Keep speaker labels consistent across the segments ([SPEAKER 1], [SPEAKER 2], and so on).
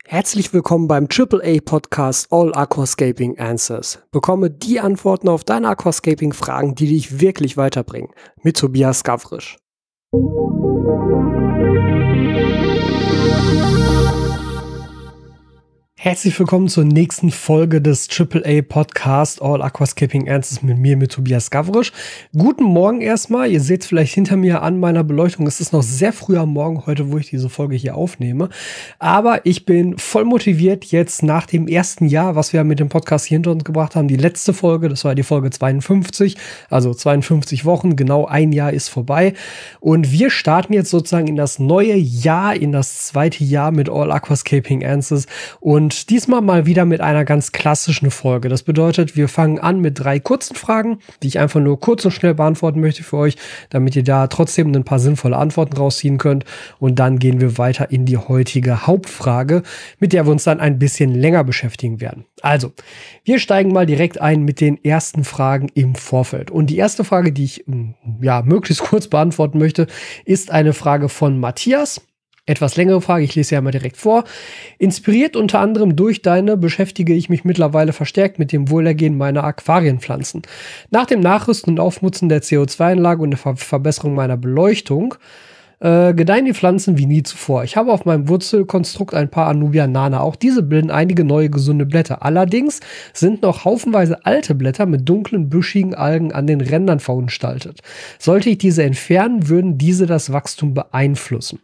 [SPEAKER 1] Herzlich willkommen beim AAA-Podcast All Aquascaping Answers. Bekomme die Antworten auf deine Aquascaping-Fragen, die dich wirklich weiterbringen. Mit Tobias Gavrisch. Herzlich willkommen zur nächsten Folge des AAA-Podcast All Aquascaping Answers mit mir, mit Tobias Gavrisch. Guten Morgen erstmal. Ihr seht es vielleicht hinter mir an meiner Beleuchtung. Es ist noch sehr früh am Morgen heute, wo ich diese Folge hier aufnehme. Aber ich bin voll motiviert jetzt nach dem ersten Jahr, was wir mit dem Podcast hier hinter uns gebracht haben. Die letzte Folge, das war die Folge 52, also 52 Wochen. Genau ein Jahr ist vorbei. Und wir starten jetzt sozusagen in das neue Jahr, in das zweite Jahr mit All Aquascaping Answers. Und diesmal mal wieder mit einer ganz klassischen Folge. Das bedeutet, wir fangen an mit 3 kurzen Fragen, die ich einfach nur kurz und schnell beantworten möchte für euch, damit ihr da trotzdem ein paar sinnvolle Antworten rausziehen könnt. Und dann gehen wir weiter in die heutige Hauptfrage, mit der wir uns dann ein bisschen länger beschäftigen werden. Also, wir steigen mal direkt ein mit den ersten Fragen im Vorfeld. Und die erste Frage, die ich möglichst kurz beantworten möchte, ist eine Frage von Matthias. Etwas längere Frage, ich lese ja mal direkt vor. Inspiriert unter anderem durch deine beschäftige ich mich mittlerweile verstärkt mit dem Wohlergehen meiner Aquarienpflanzen. Nach dem Nachrüsten und Aufmutzen der CO2-Anlage und der Verbesserung meiner Beleuchtung gedeihen die Pflanzen wie nie zuvor. Ich habe auf meinem Wurzelkonstrukt ein paar Anubia nana. Auch diese bilden einige neue gesunde Blätter. Allerdings sind noch haufenweise alte Blätter mit dunklen, büschigen Algen an den Rändern verunstaltet. Sollte ich diese entfernen, würden diese das Wachstum beeinflussen.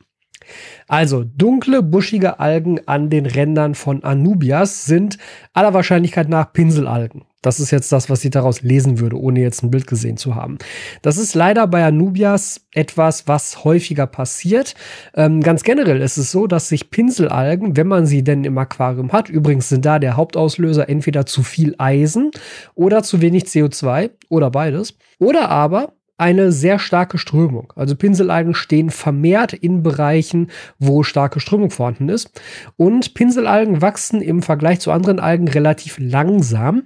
[SPEAKER 1] Also, dunkle, buschige Algen an den Rändern von Anubias sind aller Wahrscheinlichkeit nach Pinselalgen. Das ist jetzt das, was ich daraus lesen würde, ohne jetzt ein Bild gesehen zu haben. Das ist leider bei Anubias etwas, was häufiger passiert. Ganz generell ist es so, dass sich Pinselalgen, wenn man sie denn im Aquarium hat, übrigens sind da der Hauptauslöser entweder zu viel Eisen oder zu wenig CO2 oder beides, oder aber eine sehr starke Strömung. Also Pinselalgen stehen vermehrt in Bereichen, wo starke Strömung vorhanden ist. Und Pinselalgen wachsen im Vergleich zu anderen Algen relativ langsam.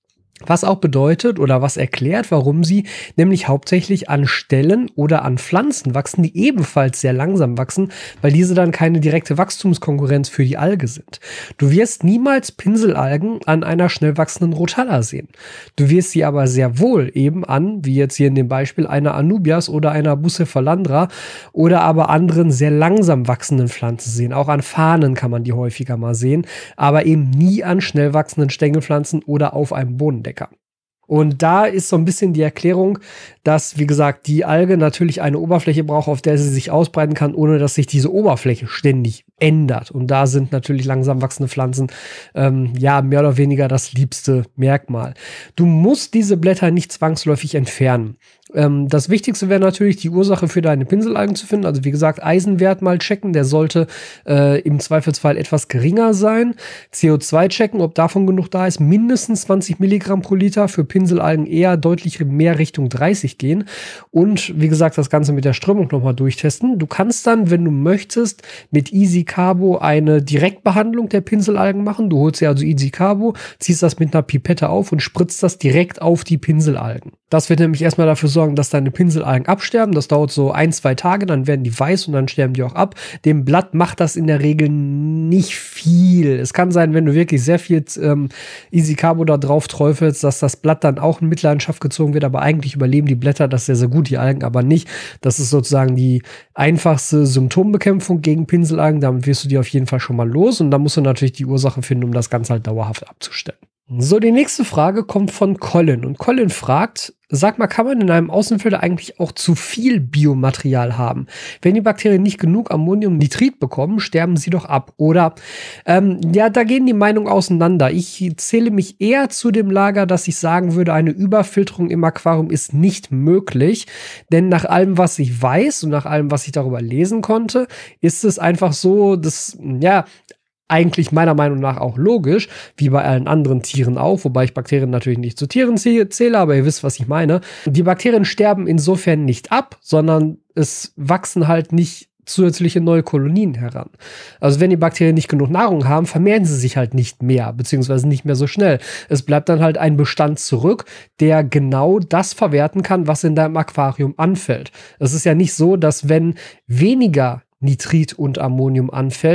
[SPEAKER 1] Was auch bedeutet oder was erklärt, warum sie nämlich hauptsächlich an Stellen oder an Pflanzen wachsen, die ebenfalls sehr langsam wachsen, weil diese dann keine direkte Wachstumskonkurrenz für die Alge sind. Du wirst niemals Pinselalgen an einer schnell wachsenden Rotala sehen. Du wirst sie aber sehr wohl eben an, wie jetzt hier in dem Beispiel, einer Anubias oder einer Bucephalandra oder aber anderen sehr langsam wachsenden Pflanzen sehen. Auch an Farnen kann man die häufiger mal sehen, aber eben nie an schnell wachsenden Stängelpflanzen oder auf einem Bodendecker. Und da ist so ein bisschen die Erklärung, dass, wie gesagt, die Alge natürlich eine Oberfläche braucht, auf der sie sich ausbreiten kann, ohne dass sich diese Oberfläche ständig ändert. Und da sind natürlich langsam wachsende Pflanzen mehr oder weniger das liebste Merkmal. Du musst diese Blätter nicht zwangsläufig entfernen. Das Wichtigste wäre natürlich, die Ursache für deine Pinselalgen zu finden. Also wie gesagt, Eisenwert mal checken, der sollte im Zweifelsfall etwas geringer sein. CO2 checken, ob davon genug da ist. Mindestens 20 Milligramm pro Liter, für Pinselalgen eher deutlich mehr Richtung 30 gehen. Und wie gesagt, das Ganze mit der Strömung nochmal durchtesten. Du kannst dann, wenn du möchtest, mit Easy Carbo eine Direktbehandlung der Pinselalgen machen. Du holst dir also Easy Carbo, ziehst das mit einer Pipette auf und spritzt das direkt auf die Pinselalgen. Das wird nämlich erstmal dafür sorgen, dass deine Pinselalgen absterben. Das dauert so 1-2 Tage, dann werden die weiß und dann sterben die auch ab. Dem Blatt macht das in der Regel nicht viel. Es kann sein, wenn du wirklich sehr viel Easy Carbo da drauf träufelst, dass das Blatt dann auch in Mitleidenschaft gezogen wird, aber eigentlich überleben die Blätter das sehr, sehr gut, die Algen aber nicht. Das ist sozusagen die einfachste Symptombekämpfung gegen Pinselalgen. Damit wirst du die auf jeden Fall schon mal los und da musst du natürlich die Ursache finden, um das Ganze halt dauerhaft abzustellen. So, die nächste Frage kommt von Colin. Und Colin fragt, sag mal, kann man in einem Außenfilter eigentlich auch zu viel Biomaterial haben? Wenn die Bakterien nicht genug Ammoniumnitrit bekommen, sterben sie doch ab. Oder, da gehen die Meinungen auseinander. Ich zähle mich eher zu dem Lager, dass ich sagen würde, eine Überfilterung im Aquarium ist nicht möglich. Denn nach allem, was ich weiß und nach allem, was ich darüber lesen konnte, ist es einfach so, dass, eigentlich meiner Meinung nach auch logisch, wie bei allen anderen Tieren auch, wobei ich Bakterien natürlich nicht zu Tieren zähle, aber ihr wisst, was ich meine. Die Bakterien sterben insofern nicht ab, sondern es wachsen halt nicht zusätzliche neue Kolonien heran. Also wenn die Bakterien nicht genug Nahrung haben, vermehren sie sich halt nicht mehr, beziehungsweise nicht mehr so schnell. Es bleibt dann halt ein Bestand zurück, der genau das verwerten kann, was in deinem Aquarium anfällt. Es ist ja nicht so, dass wenn weniger Nitrit und Ammonium anfällt,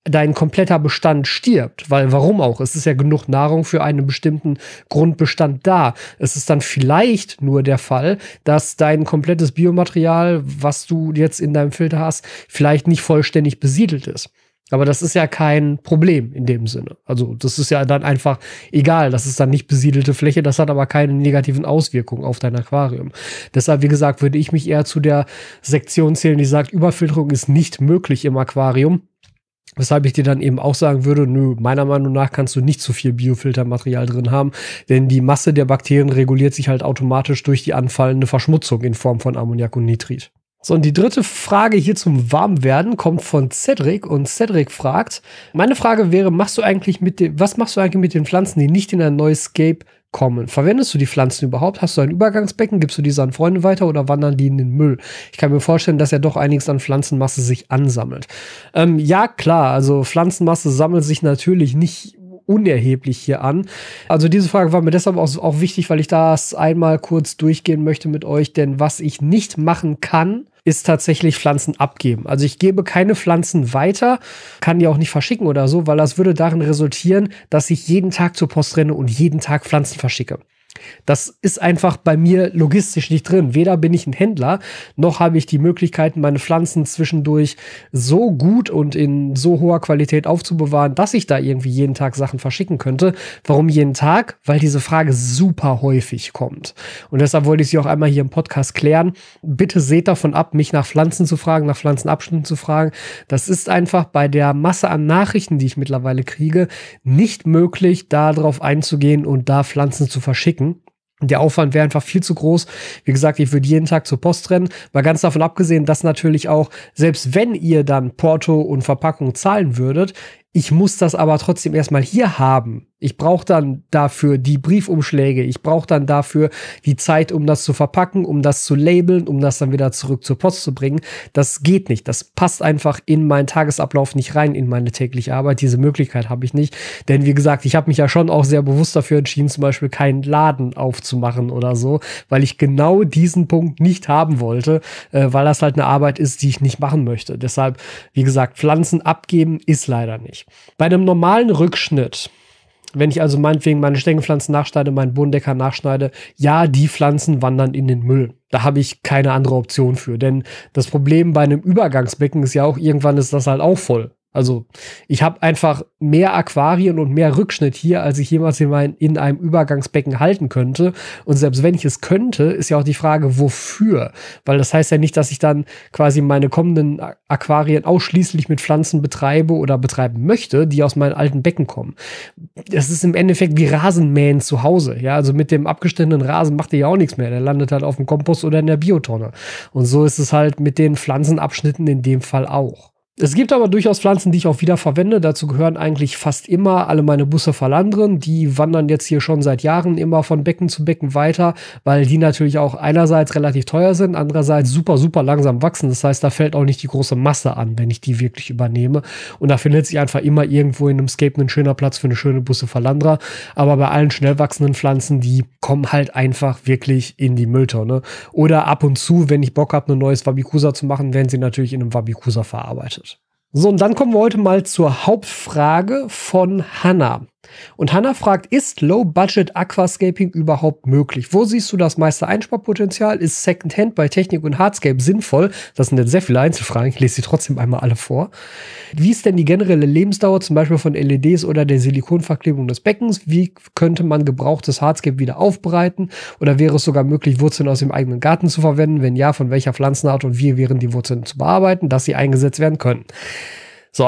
[SPEAKER 1] dein kompletter Bestand stirbt, weil warum auch? Es ist ja genug Nahrung für einen bestimmten Grundbestand da. Es ist dann vielleicht nur der Fall, dass dein komplettes Biomaterial, was du jetzt in deinem Filter hast, vielleicht nicht vollständig besiedelt ist. Aber das ist ja kein Problem in dem Sinne. Also das ist ja dann einfach egal. Das ist dann nicht besiedelte Fläche. Das hat aber keine negativen Auswirkungen auf dein Aquarium. Deshalb, wie gesagt, würde ich mich eher zu der Sektion zählen, die sagt, Überfilterung ist nicht möglich im Aquarium. Weshalb ich dir dann eben auch sagen würde, nö, meiner Meinung nach kannst du nicht zu viel Biofiltermaterial drin haben, denn die Masse der Bakterien reguliert sich halt automatisch durch die anfallende Verschmutzung in Form von Ammoniak und Nitrit. So, und die dritte Frage hier zum Warmwerden kommt von Cedric, und Cedric fragt, meine Frage wäre, was machst du eigentlich mit den Pflanzen, die nicht in ein neues Scape kommen? Verwendest du die Pflanzen überhaupt? Hast du ein Übergangsbecken? Gibst du diese an Freunde weiter oder wandern die in den Müll? Ich kann mir vorstellen, dass ja doch einiges an Pflanzenmasse sich ansammelt. Ja, klar, also Pflanzenmasse sammelt sich natürlich nicht unerheblich hier an. Also diese Frage war mir deshalb auch wichtig, weil ich das einmal kurz durchgehen möchte mit euch, denn was ich nicht machen kann, ist tatsächlich Pflanzen abgeben. Also ich gebe keine Pflanzen weiter, kann die auch nicht verschicken oder so, weil das würde darin resultieren, dass ich jeden Tag zur Post renne und jeden Tag Pflanzen verschicke. Das ist einfach bei mir logistisch nicht drin. Weder bin ich ein Händler, noch habe ich die Möglichkeit, meine Pflanzen zwischendurch so gut und in so hoher Qualität aufzubewahren, dass ich da irgendwie jeden Tag Sachen verschicken könnte. Warum jeden Tag? Weil diese Frage super häufig kommt. Und deshalb wollte ich sie auch einmal hier im Podcast klären. Bitte seht davon ab, mich nach Pflanzen zu fragen, nach Pflanzenabschnitten zu fragen. Das ist einfach bei der Masse an Nachrichten, die ich mittlerweile kriege, nicht möglich, darauf einzugehen und da Pflanzen zu verschicken. Der Aufwand wäre einfach viel zu groß. Wie gesagt, ich würde jeden Tag zur Post rennen. Mal ganz davon abgesehen, dass natürlich auch, selbst wenn ihr dann Porto und Verpackung zahlen würdet, ich muss das aber trotzdem erstmal hier haben. Ich brauche dann dafür die Briefumschläge. Ich brauche dann dafür die Zeit, um das zu verpacken, um das zu labeln, um das dann wieder zurück zur Post zu bringen. Das geht nicht. Das passt einfach in meinen Tagesablauf nicht rein, in meine tägliche Arbeit. Diese Möglichkeit habe ich nicht. Denn wie gesagt, ich habe mich ja schon auch sehr bewusst dafür entschieden, zum Beispiel keinen Laden aufzumachen oder so, weil ich genau diesen Punkt nicht haben wollte, weil das halt eine Arbeit ist, die ich nicht machen möchte. Deshalb, wie gesagt, Pflanzen abgeben ist leider nicht. Bei einem normalen Rückschnitt, wenn ich also meinetwegen meine Stängelpflanzen nachschneide, meinen Bodendecker nachschneide, ja, die Pflanzen wandern in den Müll. Da habe ich keine andere Option für. Denn das Problem bei einem Übergangsbecken ist ja auch, irgendwann ist das halt auch voll. Also ich habe einfach mehr Aquarien und mehr Rückschnitt hier, als ich jemals in einem Übergangsbecken halten könnte. Und selbst wenn ich es könnte, ist ja auch die Frage, wofür? Weil das heißt ja nicht, dass ich dann quasi meine kommenden Aquarien ausschließlich mit Pflanzen betreibe oder betreiben möchte, die aus meinen alten Becken kommen. Das ist im Endeffekt wie Rasenmähen zu Hause. Ja, also mit dem abgeschnittenen Rasen macht ihr ja auch nichts mehr. Der landet halt auf dem Kompost oder in der Biotonne. Und so ist es halt mit den Pflanzenabschnitten in dem Fall auch. Es gibt aber durchaus Pflanzen, die ich auch wieder verwende. Dazu gehören eigentlich fast immer alle meine Bucephalandren. Die wandern jetzt hier schon seit Jahren immer von Becken zu Becken weiter, weil die natürlich auch einerseits relativ teuer sind, andererseits super, super langsam wachsen. Das heißt, da fällt auch nicht die große Masse an, wenn ich die wirklich übernehme. Und da findet sich einfach immer irgendwo in einem Scape ein schöner Platz für eine schöne Bucephalandra. Aber bei allen schnell wachsenden Pflanzen, die kommen halt einfach wirklich in die Mülltonne. Oder ab und zu, wenn ich Bock habe, ein neues Wabicusa zu machen, werden sie natürlich in einem Wabicusa verarbeitet. So, und dann kommen wir heute mal zur Hauptfrage von Hannah. Und Hannah fragt, ist Low-Budget Aquascaping überhaupt möglich? Wo siehst du das meiste Einsparpotenzial? Ist Secondhand bei Technik und Hardscape sinnvoll? Das sind jetzt sehr viele Einzelfragen, ich lese sie trotzdem einmal alle vor. Wie ist denn die generelle Lebensdauer zum Beispiel von LEDs oder der Silikonverklebung des Beckens? Wie könnte man gebrauchtes Hardscape wieder aufbereiten? Oder wäre es sogar möglich, Wurzeln aus dem eigenen Garten zu verwenden? Wenn ja, von welcher Pflanzenart und wie wären die Wurzeln zu bearbeiten, dass sie eingesetzt werden können? So,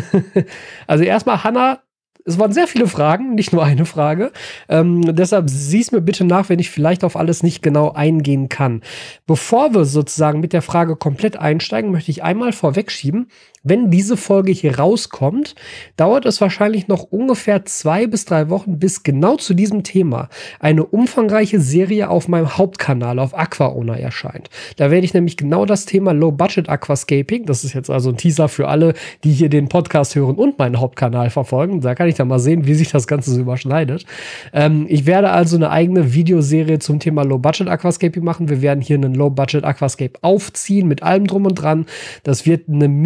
[SPEAKER 1] also erstmal Hannah, es waren sehr viele Fragen, nicht nur eine Frage. Deshalb sieh's mir bitte nach, wenn ich vielleicht auf alles nicht genau eingehen kann. Bevor wir sozusagen mit der Frage komplett einsteigen, möchte ich einmal vorwegschieben, wenn diese Folge hier rauskommt, dauert es wahrscheinlich noch ungefähr 2 bis 3 Wochen, bis genau zu diesem Thema eine umfangreiche Serie auf meinem Hauptkanal auf AquaOwner erscheint. Da werde ich nämlich genau das Thema Low-Budget Aquascaping, das ist jetzt also ein Teaser für alle, die hier den Podcast hören und meinen Hauptkanal verfolgen, da kann ich dann mal sehen, wie sich das Ganze so überschneidet. Ich werde also eine eigene Videoserie zum Thema Low-Budget Aquascaping machen. Wir werden hier einen Low-Budget Aquascape aufziehen mit allem drum und dran. Das wird eine mindestens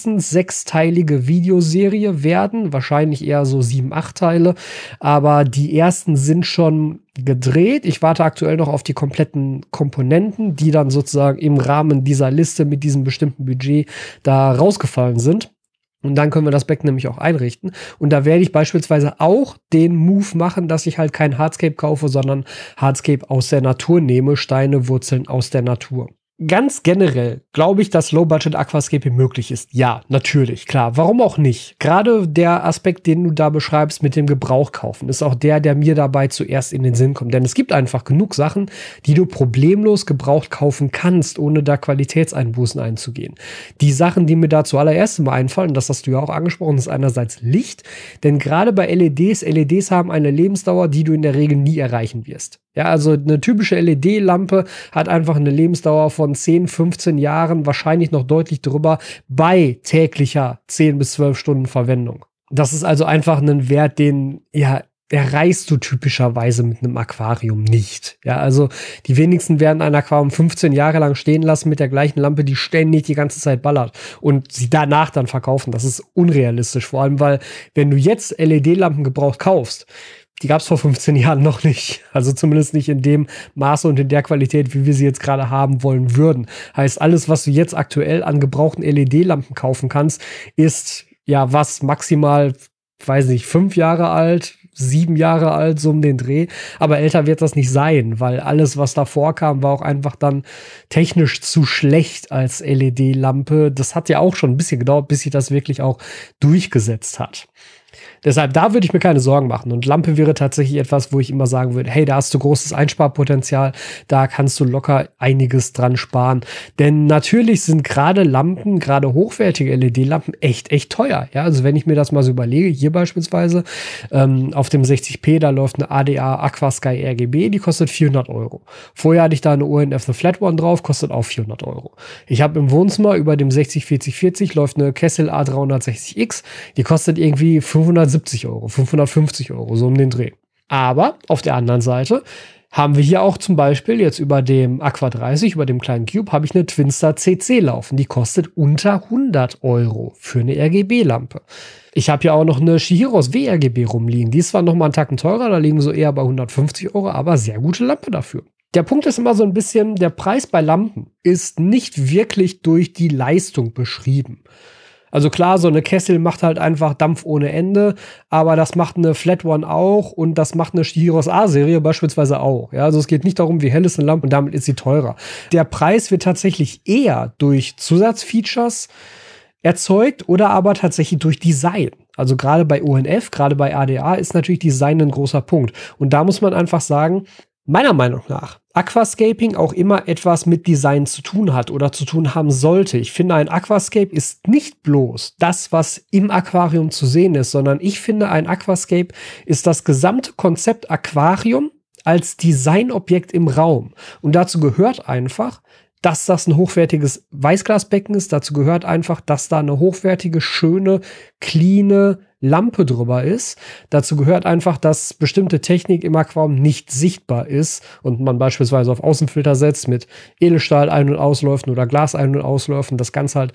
[SPEAKER 1] mindestens 6-teilige Videoserie werden, wahrscheinlich eher so 7, 8 Teile, aber die ersten sind schon gedreht. Ich warte aktuell noch auf die kompletten Komponenten, die dann sozusagen im Rahmen dieser Liste mit diesem bestimmten Budget da rausgefallen sind. Und dann können wir das Becken nämlich auch einrichten. Und da werde ich beispielsweise auch den Move machen, dass ich halt kein Hardscape kaufe, sondern Hardscape aus der Natur nehme, Steine, Wurzeln aus der Natur. Ganz generell glaube ich, dass Low-Budget Aquascaping möglich ist. Ja, natürlich, klar. Warum auch nicht? Gerade der Aspekt, den du da beschreibst mit dem Gebrauch kaufen, ist auch der mir dabei zuerst in den Sinn kommt. Denn es gibt einfach genug Sachen, die du problemlos gebraucht kaufen kannst, ohne da Qualitätseinbußen einzugehen. Die Sachen, die mir da zuallererst mal einfallen, das hast du ja auch angesprochen, ist einerseits Licht. Denn gerade bei LEDs haben eine Lebensdauer, die du in der Regel nie erreichen wirst. Ja, also eine typische LED-Lampe hat einfach eine Lebensdauer von 10, 15 Jahren, wahrscheinlich noch deutlich drüber, bei täglicher 10 bis 12 Stunden Verwendung. Das ist also einfach ein Wert, den, ja, erreichst du typischerweise mit einem Aquarium nicht. Ja, also die wenigsten werden ein Aquarium 15 Jahre lang stehen lassen mit der gleichen Lampe, die ständig die ganze Zeit ballert und sie danach dann verkaufen. Das ist unrealistisch, vor allem, weil wenn du jetzt LED-Lampen gebraucht kaufst, die gab es vor 15 Jahren noch nicht. Also zumindest nicht in dem Maße und in der Qualität, wie wir sie jetzt gerade haben wollen würden. Heißt, alles, was du jetzt aktuell an gebrauchten LED-Lampen kaufen kannst, ist ja was maximal, weiß nicht, 5 Jahre alt, 7 Jahre alt, so um den Dreh. Aber älter wird das nicht sein, weil alles, was davor kam, war auch einfach dann technisch zu schlecht als LED-Lampe. Das hat ja auch schon ein bisschen gedauert, bis sich das wirklich auch durchgesetzt hat. Deshalb, da würde ich mir keine Sorgen machen. Und Lampe wäre tatsächlich etwas, wo ich immer sagen würde, hey, da hast du großes Einsparpotenzial, da kannst du locker einiges dran sparen. Denn natürlich sind gerade Lampen, gerade hochwertige LED-Lampen echt teuer. Ja, also wenn ich mir das mal so überlege, hier beispielsweise auf dem 60p, da läuft eine ADA Aquasky RGB, die kostet 400 Euro. Vorher hatte ich da eine ONF The Flat One drauf, kostet auch 400 Euro. Ich habe im Wohnzimmer über dem 604040 läuft eine Kessel A360X, die kostet irgendwie 570 Euro, 550 Euro, so um den Dreh. Aber auf der anderen Seite haben wir hier auch zum Beispiel jetzt über dem Aqua 30, über dem kleinen Cube, habe ich eine Twinstar CC laufen. Die kostet unter 100 Euro für eine RGB-Lampe. Ich habe ja auch noch eine Shihiros WRGB rumliegen. Die ist zwar noch mal einen Tacken teurer, da liegen so eher bei 150 Euro, aber sehr gute Lampe dafür. Der Punkt ist immer so ein bisschen, der Preis bei Lampen ist nicht wirklich durch die Leistung beschrieben. Also klar, so eine Kessel macht halt einfach Dampf ohne Ende, aber das macht eine Flat One auch und das macht eine Shihiros A-Serie beispielsweise auch. Ja, also es geht nicht darum, wie hell ist eine Lampe und damit ist sie teurer. Der Preis wird tatsächlich eher durch Zusatzfeatures erzeugt oder aber tatsächlich durch Design. Also gerade bei ONF, gerade bei ADA ist natürlich Design ein großer Punkt. Und da muss man einfach sagen, meiner Meinung nach, Aquascaping auch immer etwas mit Design zu tun hat oder zu tun haben sollte. Ich finde, ein Aquascape ist nicht bloß das, was im Aquarium zu sehen ist, sondern ich finde, ein Aquascape ist das gesamte Konzept Aquarium als Designobjekt im Raum. Und dazu gehört einfach, dass das ein hochwertiges Weißglasbecken ist. Dazu gehört einfach, dass da eine hochwertige, schöne, cleane Lampe drüber ist. Dazu gehört einfach, dass bestimmte Technik im Aquarium nicht sichtbar ist und man beispielsweise auf Außenfilter setzt mit Edelstahl-Ein- und Ausläufen oder Glas-Ein- und Ausläufen. Das Ganze halt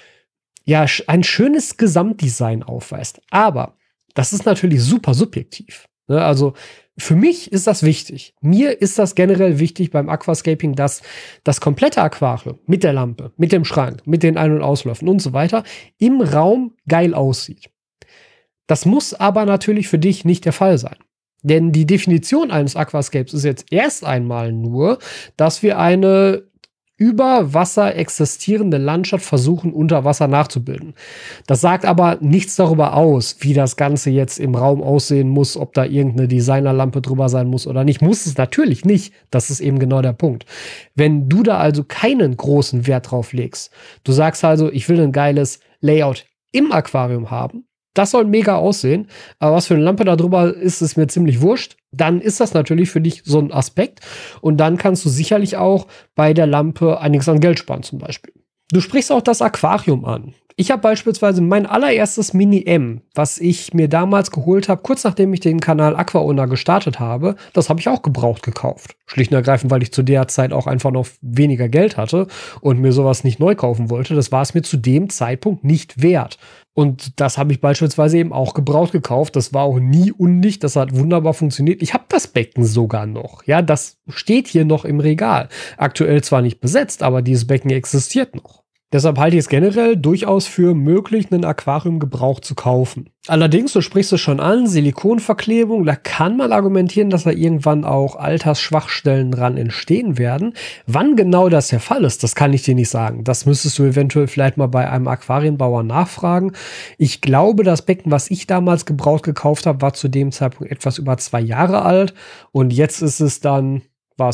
[SPEAKER 1] ja ein schönes Gesamtdesign aufweist. Aber das ist natürlich super subjektiv. Ne? Also für mich ist das wichtig. Mir ist das generell wichtig beim Aquascaping, dass das komplette Aquarium mit der Lampe, mit dem Schrank, mit den Ein- und Ausläufen und so weiter im Raum geil aussieht. Das muss aber natürlich für dich nicht der Fall sein. Denn die Definition eines Aquascapes ist jetzt erst einmal nur, dass wir eine über Wasser existierende Landschaft versuchen, unter Wasser nachzubilden. Das sagt aber nichts darüber aus, wie das Ganze jetzt im Raum aussehen muss, ob da irgendeine Designerlampe drüber sein muss oder nicht. Muss es natürlich nicht. Das ist eben genau der Punkt. Wenn du da also keinen großen Wert drauf legst, du sagst also, ich will ein geiles Layout im Aquarium haben, das soll mega aussehen, aber was für eine Lampe da drüber ist, ist mir ziemlich wurscht. Dann ist das natürlich für dich so ein Aspekt. Und dann kannst du sicherlich auch bei der Lampe einiges an Geld sparen zum Beispiel. Du sprichst auch das Aquarium an. Ich habe beispielsweise mein allererstes Mini-M, was ich mir damals geholt habe, kurz nachdem ich den Kanal AquaOwner gestartet habe, das habe ich auch gebraucht gekauft. Schlicht und ergreifend, weil ich zu der Zeit auch einfach noch weniger Geld hatte und mir sowas nicht neu kaufen wollte. Das war es mir zu dem Zeitpunkt nicht wert. Und das habe ich beispielsweise eben auch gebraucht gekauft. Das war auch nie undicht. Das hat wunderbar funktioniert. Ich habe das Becken sogar noch. Ja, das steht hier noch im Regal. Aktuell zwar nicht besetzt, aber dieses Becken existiert noch. Deshalb halte ich es generell durchaus für möglich, ein Aquarium gebraucht zu kaufen. Allerdings, du sprichst es schon an, Silikonverklebung, da kann man argumentieren, dass da irgendwann auch Altersschwachstellen dran entstehen werden. Wann genau das der Fall ist, das kann ich dir nicht sagen. Das müsstest du eventuell vielleicht mal bei einem Aquarienbauer nachfragen. Ich glaube, das Becken, was ich damals gebraucht gekauft habe, war zu dem Zeitpunkt etwas über 2 Jahre alt. Und jetzt ist es dann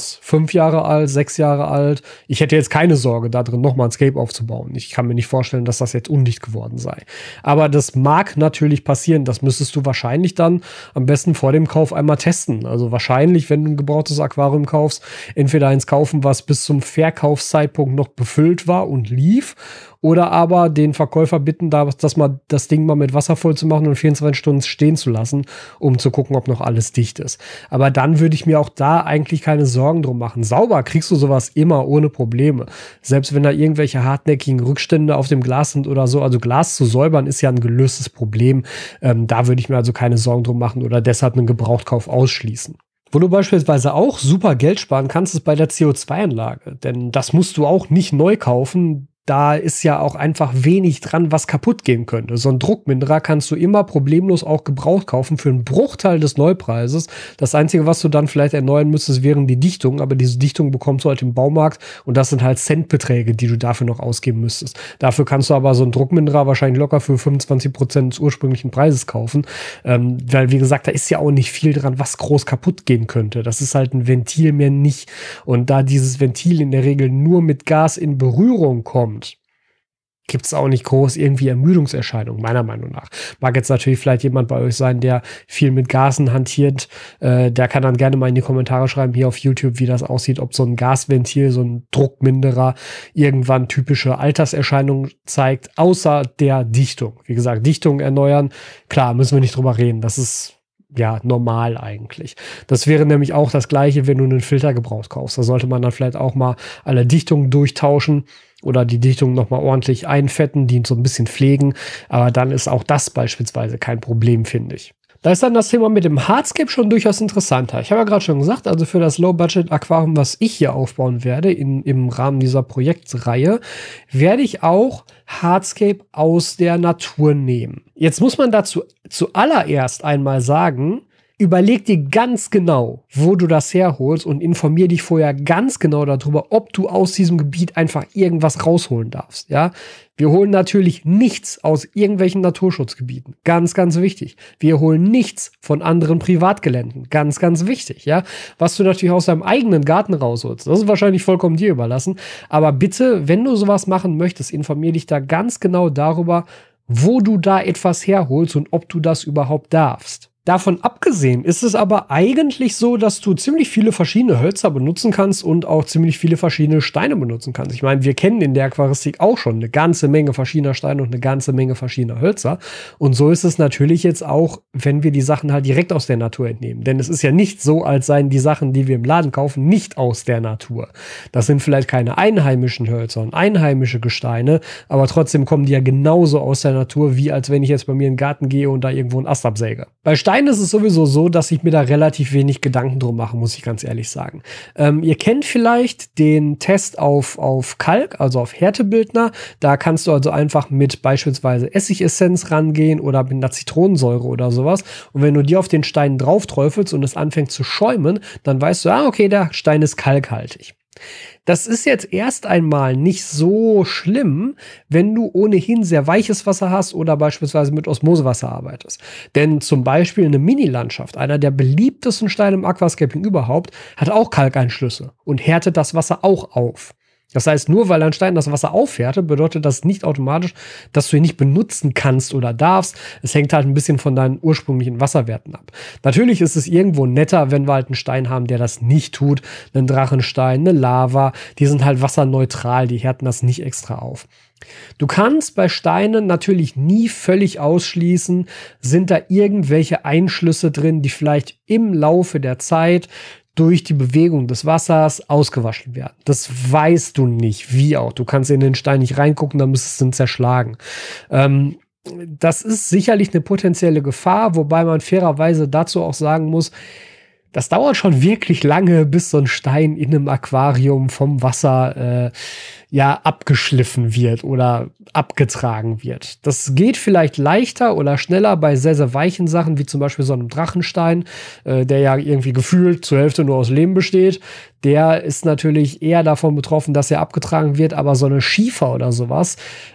[SPEAKER 1] 5 Jahre alt, 6 Jahre alt. Ich hätte jetzt keine Sorge, da drin nochmal ein Scape aufzubauen. Ich kann mir nicht vorstellen, dass das jetzt undicht geworden sei. Aber das mag natürlich passieren. Das müsstest du wahrscheinlich dann am besten vor dem Kauf einmal testen. Also wahrscheinlich, wenn du ein gebrauchtes Aquarium kaufst, entweder eins kaufen, was bis zum Verkaufszeitpunkt noch befüllt war und lief, oder aber den Verkäufer bitten, das Ding mal mit Wasser voll zu machen und 24 Stunden stehen zu lassen, um zu gucken, ob noch alles dicht ist. Aber dann würde ich mir auch da eigentlich keine Sorgen drum machen. Sauber kriegst du sowas immer ohne Probleme. Selbst wenn da irgendwelche hartnäckigen Rückstände auf dem Glas sind oder so. Also Glas zu säubern ist ja ein gelöstes Problem. Da würde ich mir also keine Sorgen drum machen oder deshalb einen Gebrauchtkauf ausschließen. Wo du beispielsweise auch super Geld sparen kannst, ist bei der CO2-Anlage. Denn das musst du auch nicht neu kaufen. Da ist ja auch einfach wenig dran, was kaputt gehen könnte. So ein Druckminderer kannst du immer problemlos auch gebraucht kaufen für einen Bruchteil des Neupreises. Das Einzige, was du dann vielleicht erneuern müsstest, wären die Dichtungen. Aber diese Dichtung bekommst du halt im Baumarkt und das sind halt Centbeträge, die du dafür noch ausgeben müsstest. Dafür kannst du aber so einen Druckminderer wahrscheinlich locker für 25% des ursprünglichen Preises kaufen. Weil, wie gesagt, da ist ja auch nicht viel dran, was groß kaputt gehen könnte. Das ist halt ein Ventil mehr nicht. Und da dieses Ventil in der Regel nur mit Gas in Berührung kommt, gibt es auch nicht groß irgendwie Ermüdungserscheinungen, meiner Meinung nach. Mag jetzt natürlich vielleicht jemand bei euch sein, der viel mit Gasen hantiert. Der kann dann gerne mal in die Kommentare schreiben, hier auf YouTube, wie das aussieht, ob so ein Gasventil, so ein Druckminderer irgendwann typische Alterserscheinungen zeigt, außer der Dichtung. Wie gesagt, Dichtung erneuern, klar, müssen wir nicht drüber reden. Das ist ja normal eigentlich. Das wäre nämlich auch das Gleiche, wenn du einen Filter gebraucht kaufst. Da sollte man dann vielleicht auch mal alle Dichtungen durchtauschen oder die Dichtung nochmal ordentlich einfetten, die so ein bisschen pflegen. Aber dann ist auch das beispielsweise kein Problem, finde ich. Da ist dann das Thema mit dem Hardscape schon durchaus interessanter. Ich habe ja gerade schon gesagt, also für das Low-Budget-Aquarium, was ich hier aufbauen werde, im Rahmen dieser Projektreihe, werde ich auch Hardscape aus der Natur nehmen. Jetzt muss man dazu zuallererst einmal sagen, überleg dir ganz genau, wo du das herholst und informier dich vorher ganz genau darüber, ob du aus diesem Gebiet einfach irgendwas rausholen darfst, ja. Wir holen natürlich nichts aus irgendwelchen Naturschutzgebieten. Ganz, ganz wichtig. Wir holen nichts von anderen Privatgeländen. Ganz, ganz wichtig, ja. Was du natürlich aus deinem eigenen Garten rausholst, das ist wahrscheinlich vollkommen dir überlassen. Aber bitte, wenn du sowas machen möchtest, informier dich da ganz genau darüber, wo du da etwas herholst und ob du das überhaupt darfst. Davon abgesehen ist es aber eigentlich so, dass du ziemlich viele verschiedene Hölzer benutzen kannst und auch ziemlich viele verschiedene Steine benutzen kannst. Ich meine, wir kennen in der Aquaristik auch schon eine ganze Menge verschiedener Steine und eine ganze Menge verschiedener Hölzer. Und so ist es natürlich jetzt auch, wenn wir die Sachen halt direkt aus der Natur entnehmen. Denn es ist ja nicht so, als seien die Sachen, die wir im Laden kaufen, nicht aus der Natur. Das sind vielleicht keine einheimischen Hölzer und einheimische Gesteine, aber trotzdem kommen die ja genauso aus der Natur, wie als wenn ich jetzt bei mir in den Garten gehe und da irgendwo einen Ast absäge. Bei Steinen ist es sowieso so, dass ich mir da relativ wenig Gedanken drum mache, muss ich ganz ehrlich sagen. Ihr kennt vielleicht den Test auf Kalk, also auf Härtebildner. Da kannst du also einfach mit beispielsweise Essigessenz rangehen oder mit einer Zitronensäure oder sowas. Und wenn du die auf den Stein drauf träufelst und es anfängt zu schäumen, dann weißt du, okay, der Stein ist kalkhaltig. Das ist jetzt erst einmal nicht so schlimm, wenn du ohnehin sehr weiches Wasser hast oder beispielsweise mit Osmosewasser arbeitest. Denn zum Beispiel eine Mini-Landschaft, einer der beliebtesten Steine im Aquascaping überhaupt, hat auch Kalkeinschlüsse und härtet das Wasser auch auf. Das heißt, nur weil ein Stein das Wasser aufhärtet, bedeutet das nicht automatisch, dass du ihn nicht benutzen kannst oder darfst. Es hängt halt ein bisschen von deinen ursprünglichen Wasserwerten ab. Natürlich ist es irgendwo netter, wenn wir halt einen Stein haben, der das nicht tut. Einen Drachenstein, eine Lava, die sind halt wasserneutral, die härten das nicht extra auf. Du kannst bei Steinen natürlich nie völlig ausschließen, sind da irgendwelche Einschlüsse drin, die vielleicht im Laufe der Zeit durch die Bewegung des Wassers ausgewaschen werden. Das weißt du nicht, wie auch. Du kannst in den Stein nicht reingucken, dann müsstest du ihn zerschlagen. Das ist sicherlich eine potenzielle Gefahr, wobei man fairerweise dazu auch sagen muss, das dauert schon wirklich lange, bis so ein Stein in einem Aquarium vom Wasser abgeschliffen wird oder abgetragen wird. Das geht vielleicht leichter oder schneller bei sehr, sehr weichen Sachen, wie zum Beispiel so einem Drachenstein, der ja irgendwie gefühlt zur Hälfte nur aus Lehm besteht. Der ist natürlich eher davon betroffen, dass er abgetragen wird, aber so eine Schiefer oder sowas,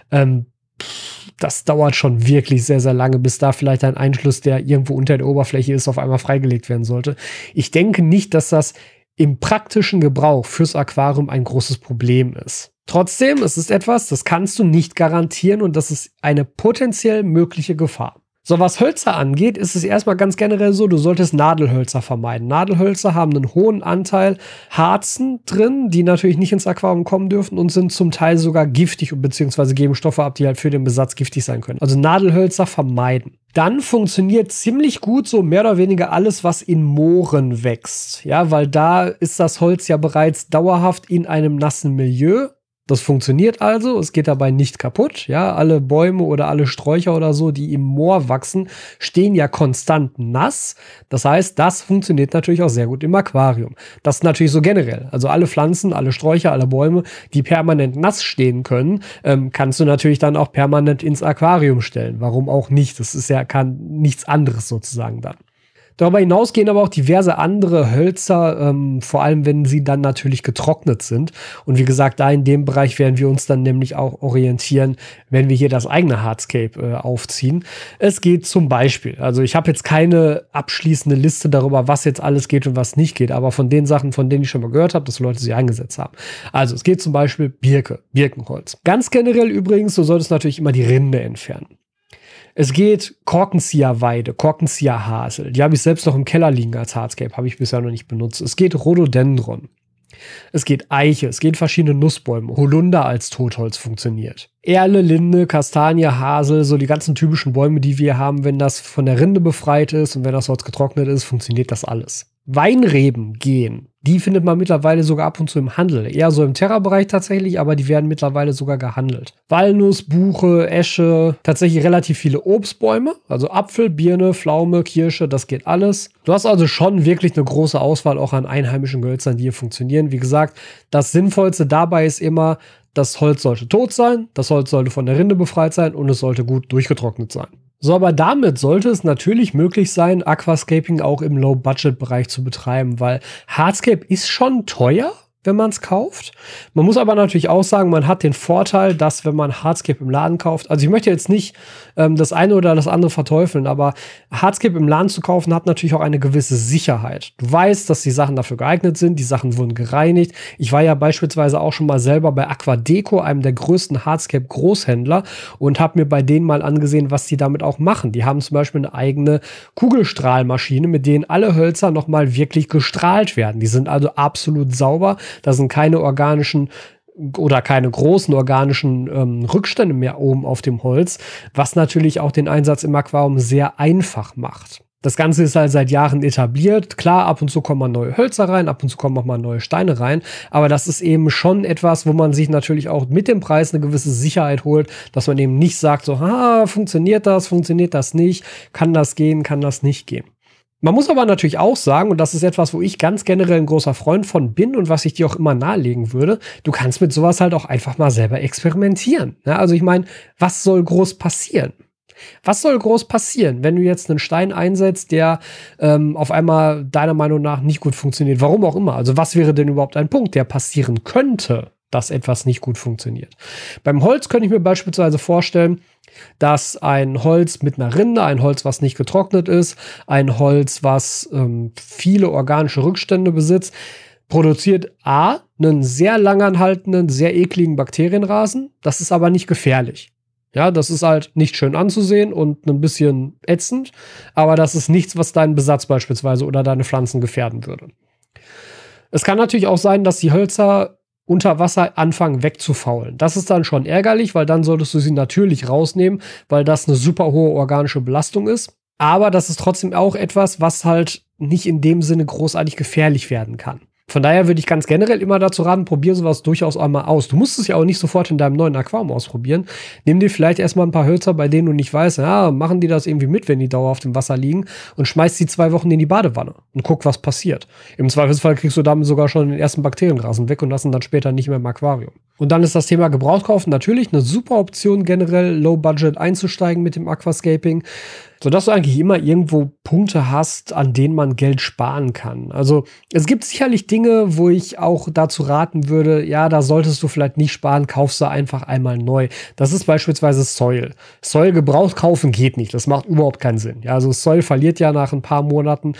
[SPEAKER 1] das dauert schon wirklich sehr, sehr lange, bis da vielleicht ein Einschluss, der irgendwo unter der Oberfläche ist, auf einmal freigelegt werden sollte. Ich denke nicht, dass das im praktischen Gebrauch fürs Aquarium ein großes Problem ist. Trotzdem, es ist etwas, das kannst du nicht garantieren und das ist eine potenziell mögliche Gefahr. So, was Hölzer angeht, ist es erstmal ganz generell so, du solltest Nadelhölzer vermeiden. Nadelhölzer haben einen hohen Anteil Harzen drin, die natürlich nicht ins Aquarium kommen dürfen und sind zum Teil sogar giftig beziehungsweise geben Stoffe ab, die halt für den Besatz giftig sein können. Also Nadelhölzer vermeiden. Dann funktioniert ziemlich gut so mehr oder weniger alles, was in Mooren wächst. Ja, weil da ist das Holz ja bereits dauerhaft in einem nassen Milieu. Das funktioniert also, es geht dabei nicht kaputt. Ja, alle Bäume oder alle Sträucher oder so, die im Moor wachsen, stehen ja konstant nass. Das heißt, das funktioniert natürlich auch sehr gut im Aquarium. Das ist natürlich so generell. Also alle Pflanzen, alle Sträucher, alle Bäume, die permanent nass stehen können, kannst du natürlich dann auch permanent ins Aquarium stellen. Warum auch nicht? Das ist ja nichts anderes sozusagen dann. Darüber hinaus gehen aber auch diverse andere Hölzer, vor allem wenn sie dann natürlich getrocknet sind. Und wie gesagt, da in dem Bereich werden wir uns dann nämlich auch orientieren, wenn wir hier das eigene Hardscape aufziehen. Es geht zum Beispiel, also ich habe jetzt keine abschließende Liste darüber, was jetzt alles geht und was nicht geht, aber von den Sachen, von denen ich schon mal gehört habe, dass Leute sie eingesetzt haben. Also es geht zum Beispiel Birkenholz. Ganz generell übrigens, du solltest natürlich immer die Rinde entfernen. Es geht Korkenzieherweide, Korkenzieherhasel. Die habe ich selbst noch im Keller liegen als Hardscape, habe ich bisher noch nicht benutzt. Es geht Rhododendron. Es geht Eiche, es geht verschiedene Nussbäume. Holunder als Totholz funktioniert. Erle, Linde, Kastanie, Hasel, so die ganzen typischen Bäume, die wir haben, wenn das von der Rinde befreit ist und wenn das Holz getrocknet ist, funktioniert das alles. Weinreben gehen. Die findet man mittlerweile sogar ab und zu im Handel. Eher so im Terra-Bereich tatsächlich, aber die werden mittlerweile sogar gehandelt. Walnuss, Buche, Esche, tatsächlich relativ viele Obstbäume. Also Apfel, Birne, Pflaume, Kirsche, das geht alles. Du hast also schon wirklich eine große Auswahl auch an einheimischen Gehölzern, die hier funktionieren. Wie gesagt, das Sinnvollste dabei ist immer, das Holz sollte tot sein, das Holz sollte von der Rinde befreit sein und es sollte gut durchgetrocknet sein. So, aber damit sollte es natürlich möglich sein, Aquascaping auch im Low-Budget-Bereich zu betreiben, weil Hardscape ist schon teuer, wenn man es kauft. Man muss aber natürlich auch sagen, man hat den Vorteil, dass wenn man Hardscape im Laden kauft, also ich möchte jetzt nicht das eine oder das andere verteufeln, aber Hardscape im Laden zu kaufen hat natürlich auch eine gewisse Sicherheit. Du weißt, dass die Sachen dafür geeignet sind, die Sachen wurden gereinigt. Ich war ja beispielsweise auch schon mal selber bei Aquadeco, einem der größten Hardscape-Großhändler, und habe mir bei denen mal angesehen, was die damit auch machen. Die haben zum Beispiel eine eigene Kugelstrahlmaschine, mit denen alle Hölzer nochmal wirklich gestrahlt werden. Die sind also absolut sauber. Da sind keine organischen oder keine großen organischen Rückstände mehr oben auf dem Holz, was natürlich auch den Einsatz im Aquarium sehr einfach macht. Das Ganze ist halt seit Jahren etabliert. Klar, ab und zu kommen mal neue Hölzer rein, ab und zu kommen auch mal neue Steine rein. Aber das ist eben schon etwas, wo man sich natürlich auch mit dem Preis eine gewisse Sicherheit holt, dass man eben nicht sagt, so, funktioniert das nicht, kann das gehen, kann das nicht gehen. Man muss aber natürlich auch sagen, und das ist etwas, wo ich ganz generell ein großer Freund von bin und was ich dir auch immer nahelegen würde, du kannst mit sowas halt auch einfach mal selber experimentieren. Ja, also ich meine, was soll groß passieren? Was soll groß passieren, wenn du jetzt einen Stein einsetzt, der auf einmal deiner Meinung nach nicht gut funktioniert? Warum auch immer. Also was wäre denn überhaupt ein Punkt, der passieren könnte, dass etwas nicht gut funktioniert? Beim Holz könnte ich mir beispielsweise vorstellen, dass ein Holz mit einer Rinde, ein Holz, was nicht getrocknet ist, ein Holz, was viele organische Rückstände besitzt, produziert einen sehr langanhaltenden, sehr ekligen Bakterienrasen. Das ist aber nicht gefährlich. Ja, das ist halt nicht schön anzusehen und ein bisschen ätzend, aber das ist nichts, was deinen Besatz beispielsweise oder deine Pflanzen gefährden würde. Es kann natürlich auch sein, dass die Hölzer unter Wasser anfangen wegzufaulen. Das ist dann schon ärgerlich, weil dann solltest du sie natürlich rausnehmen, weil das eine super hohe organische Belastung ist. Aber das ist trotzdem auch etwas, was halt nicht in dem Sinne großartig gefährlich werden kann. Von daher würde ich ganz generell immer dazu raten, probier sowas durchaus einmal aus. Du musst es ja auch nicht sofort in deinem neuen Aquarium ausprobieren. Nimm dir vielleicht erstmal ein paar Hölzer, bei denen du nicht weißt, ja, machen die das irgendwie mit, wenn die dauerhaft im Wasser liegen, und schmeißt die 2 Wochen in die Badewanne und guck, was passiert. Im Zweifelsfall kriegst du damit sogar schon den ersten Bakterienrasen weg und lassen dann später nicht mehr im Aquarium. Und dann ist das Thema Gebrauchtkaufen natürlich eine super Option, generell Low Budget einzusteigen mit dem Aquascaping, sodass du eigentlich immer irgendwo Punkte hast, an denen man Geld sparen kann. Also es gibt sicherlich Dinge, wo ich auch dazu raten würde, ja, da solltest du vielleicht nicht sparen, kaufst du einfach einmal neu. Das ist beispielsweise Soil. Soil gebraucht kaufen geht nicht, das macht überhaupt keinen Sinn. Ja, also Soil verliert ja nach ein paar Monaten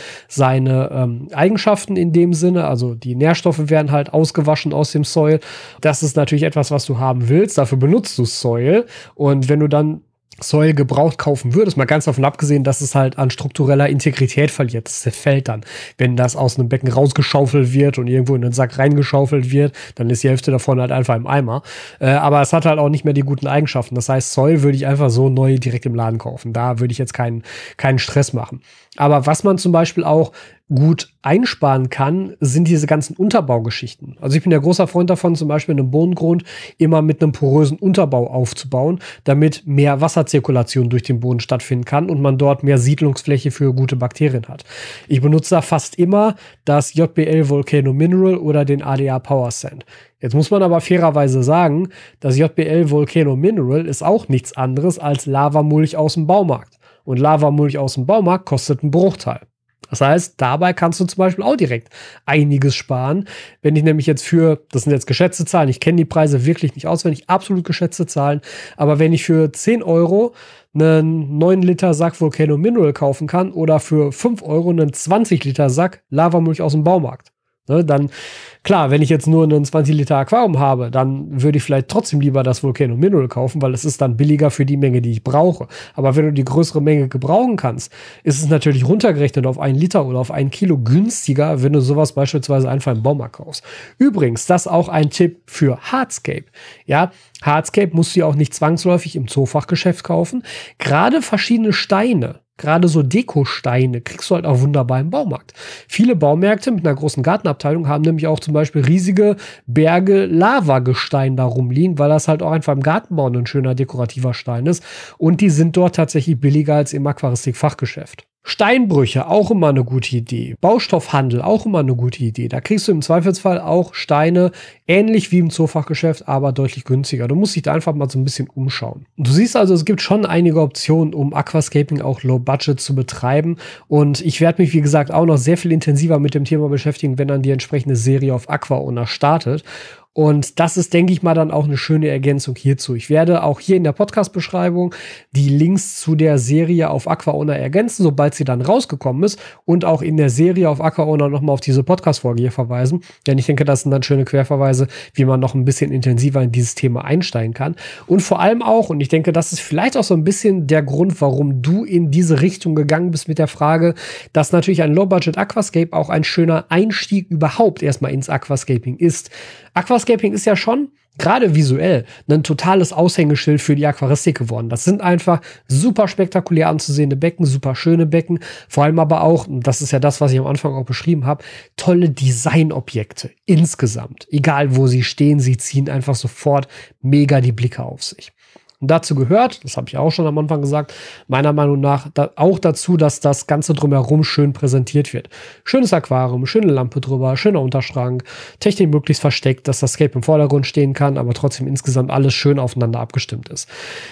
[SPEAKER 1] seine Eigenschaften in dem Sinne, also die Nährstoffe werden halt ausgewaschen aus dem Soil. Das ist natürlich etwas, was du haben willst, dafür benutzt du Soil, und wenn du dann Soil gebraucht kaufen würdest, mal ganz davon abgesehen, dass es halt an struktureller Integrität verliert. Das zerfällt dann. Wenn das aus einem Becken rausgeschaufelt wird und irgendwo in den Sack reingeschaufelt wird, dann ist die Hälfte davon halt einfach im Eimer. Aber es hat halt auch nicht mehr die guten Eigenschaften. Das heißt, Soil würde ich einfach so neu direkt im Laden kaufen. Da würde ich jetzt keinen Stress machen. Aber was man zum Beispiel auch gut einsparen kann, sind diese ganzen Unterbaugeschichten. Also ich bin ja großer Freund davon, zum Beispiel einen Bodengrund immer mit einem porösen Unterbau aufzubauen, damit mehr Wasserzirkulation durch den Boden stattfinden kann und man dort mehr Siedlungsfläche für gute Bakterien hat. Ich benutze da fast immer das JBL Volcano Mineral oder den ADA Power Sand. Jetzt muss man aber fairerweise sagen, das JBL Volcano Mineral ist auch nichts anderes als Lavamulch aus dem Baumarkt. Und Lavamulch aus dem Baumarkt kostet einen Bruchteil. Das heißt, dabei kannst du zum Beispiel auch direkt einiges sparen. Wenn ich nämlich jetzt das sind jetzt geschätzte Zahlen, ich kenne die Preise wirklich nicht auswendig, absolut geschätzte Zahlen, aber wenn ich für 10 Euro einen 9 Liter Sack Volcano Mineral kaufen kann oder für 5 Euro einen 20 Liter Sack Lavamulch aus dem Baumarkt, ne, dann klar, wenn ich jetzt nur einen 20 Liter Aquarium habe, dann würde ich vielleicht trotzdem lieber das Volcano Mineral kaufen, weil es ist dann billiger für die Menge, die ich brauche. Aber wenn du die größere Menge gebrauchen kannst, ist es natürlich runtergerechnet auf 1 Liter oder auf 1 Kilo günstiger, wenn du sowas beispielsweise einfach im Baumarkt kaufst. Übrigens, das ist auch ein Tipp für Hardscape. Ja, Hardscape musst du ja auch nicht zwangsläufig im Zoofachgeschäft kaufen. Gerade verschiedene Steine, gerade so Dekosteine, kriegst du halt auch wunderbar im Baumarkt. Viele Baumärkte mit einer großen Gartenabteilung haben nämlich auch zum Beispiel riesige Berge Lavagestein da rumliegen, weil das halt auch einfach im Gartenbau ein schöner dekorativer Stein ist. Und die sind dort tatsächlich billiger als im Aquaristik-Fachgeschäft. Steinbrüche, auch immer eine gute Idee. Baustoffhandel, auch immer eine gute Idee. Da kriegst du im Zweifelsfall auch Steine, ähnlich wie im Zoofachgeschäft, aber deutlich günstiger. Du musst dich da einfach mal so ein bisschen umschauen. Du siehst also, es gibt schon einige Optionen, um Aquascaping auch low budget zu betreiben. Und ich werde mich, wie gesagt, auch noch sehr viel intensiver mit dem Thema beschäftigen, wenn dann die entsprechende Serie auf AquaOwner startet. Und das ist, denke ich mal, dann auch eine schöne Ergänzung hierzu. Ich werde auch hier in der Podcast-Beschreibung die Links zu der Serie auf AquaOwner ergänzen, sobald sie dann rausgekommen ist, und auch in der Serie auf AquaOwner nochmal auf diese Podcast-Folge hier verweisen. Denn ich denke, das sind dann schöne Querverweise, wie man noch ein bisschen intensiver in dieses Thema einsteigen kann. Und vor allem auch, und ich denke, das ist vielleicht auch so ein bisschen der Grund, warum du in diese Richtung gegangen bist mit der Frage, dass natürlich ein Low-Budget Aquascape auch ein schöner Einstieg überhaupt erstmal ins Aquascaping ist. Aquascaping ist ja schon, gerade visuell, ein totales Aushängeschild für die Aquaristik geworden. Das sind einfach super spektakulär anzusehende Becken, super schöne Becken, vor allem aber auch, und das ist ja das, was ich am Anfang auch beschrieben habe, tolle Designobjekte insgesamt. Egal wo sie stehen, sie ziehen einfach sofort mega die Blicke auf sich. Und dazu gehört, das habe ich auch schon am Anfang gesagt, meiner Meinung nach auch dazu, dass das Ganze drumherum schön präsentiert wird. Schönes Aquarium, schöne Lampe drüber, schöner Unterschrank, Technik möglichst versteckt, dass das Scape im Vordergrund stehen kann, aber trotzdem insgesamt alles schön aufeinander abgestimmt ist.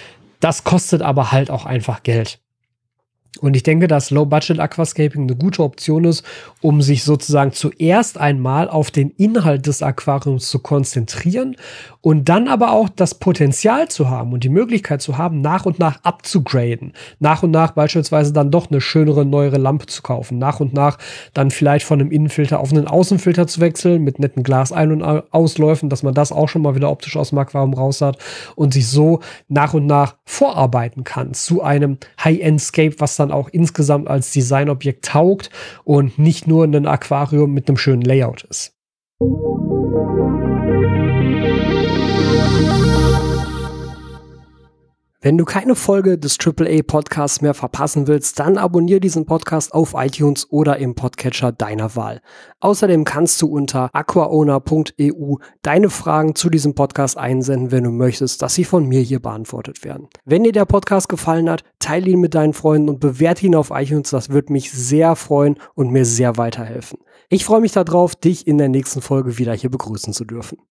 [SPEAKER 1] Das kostet aber halt auch einfach Geld. Und ich denke, dass Low-Budget-Aquascaping eine gute Option ist, um sich sozusagen zuerst einmal auf den Inhalt des Aquariums zu konzentrieren und dann aber auch das Potenzial zu haben und die Möglichkeit zu haben, nach und nach abzugraden. Nach und nach beispielsweise dann doch eine schönere, neuere Lampe zu kaufen. Nach und nach dann vielleicht von einem Innenfilter auf einen Außenfilter zu wechseln mit netten Glasein- und Ausläufen, dass man das auch schon mal wieder optisch aus dem Aquarium raus hat und sich so nach und nach vorarbeiten kann zu einem High-End-Scape, was dann auch insgesamt als Designobjekt taugt und nicht nur ein Aquarium mit einem schönen Layout ist. Wenn du keine Folge des AAA Podcasts mehr verpassen willst, dann abonniere diesen Podcast auf iTunes oder im Podcatcher deiner Wahl. Außerdem kannst du unter aquaowner.eu deine Fragen zu diesem Podcast einsenden, wenn du möchtest, dass sie von mir hier beantwortet werden. Wenn dir der Podcast gefallen hat, teile ihn mit deinen Freunden und bewerte ihn auf iTunes. Das würde mich sehr freuen und mir sehr weiterhelfen. Ich freue mich darauf, dich in der nächsten Folge wieder hier begrüßen zu dürfen.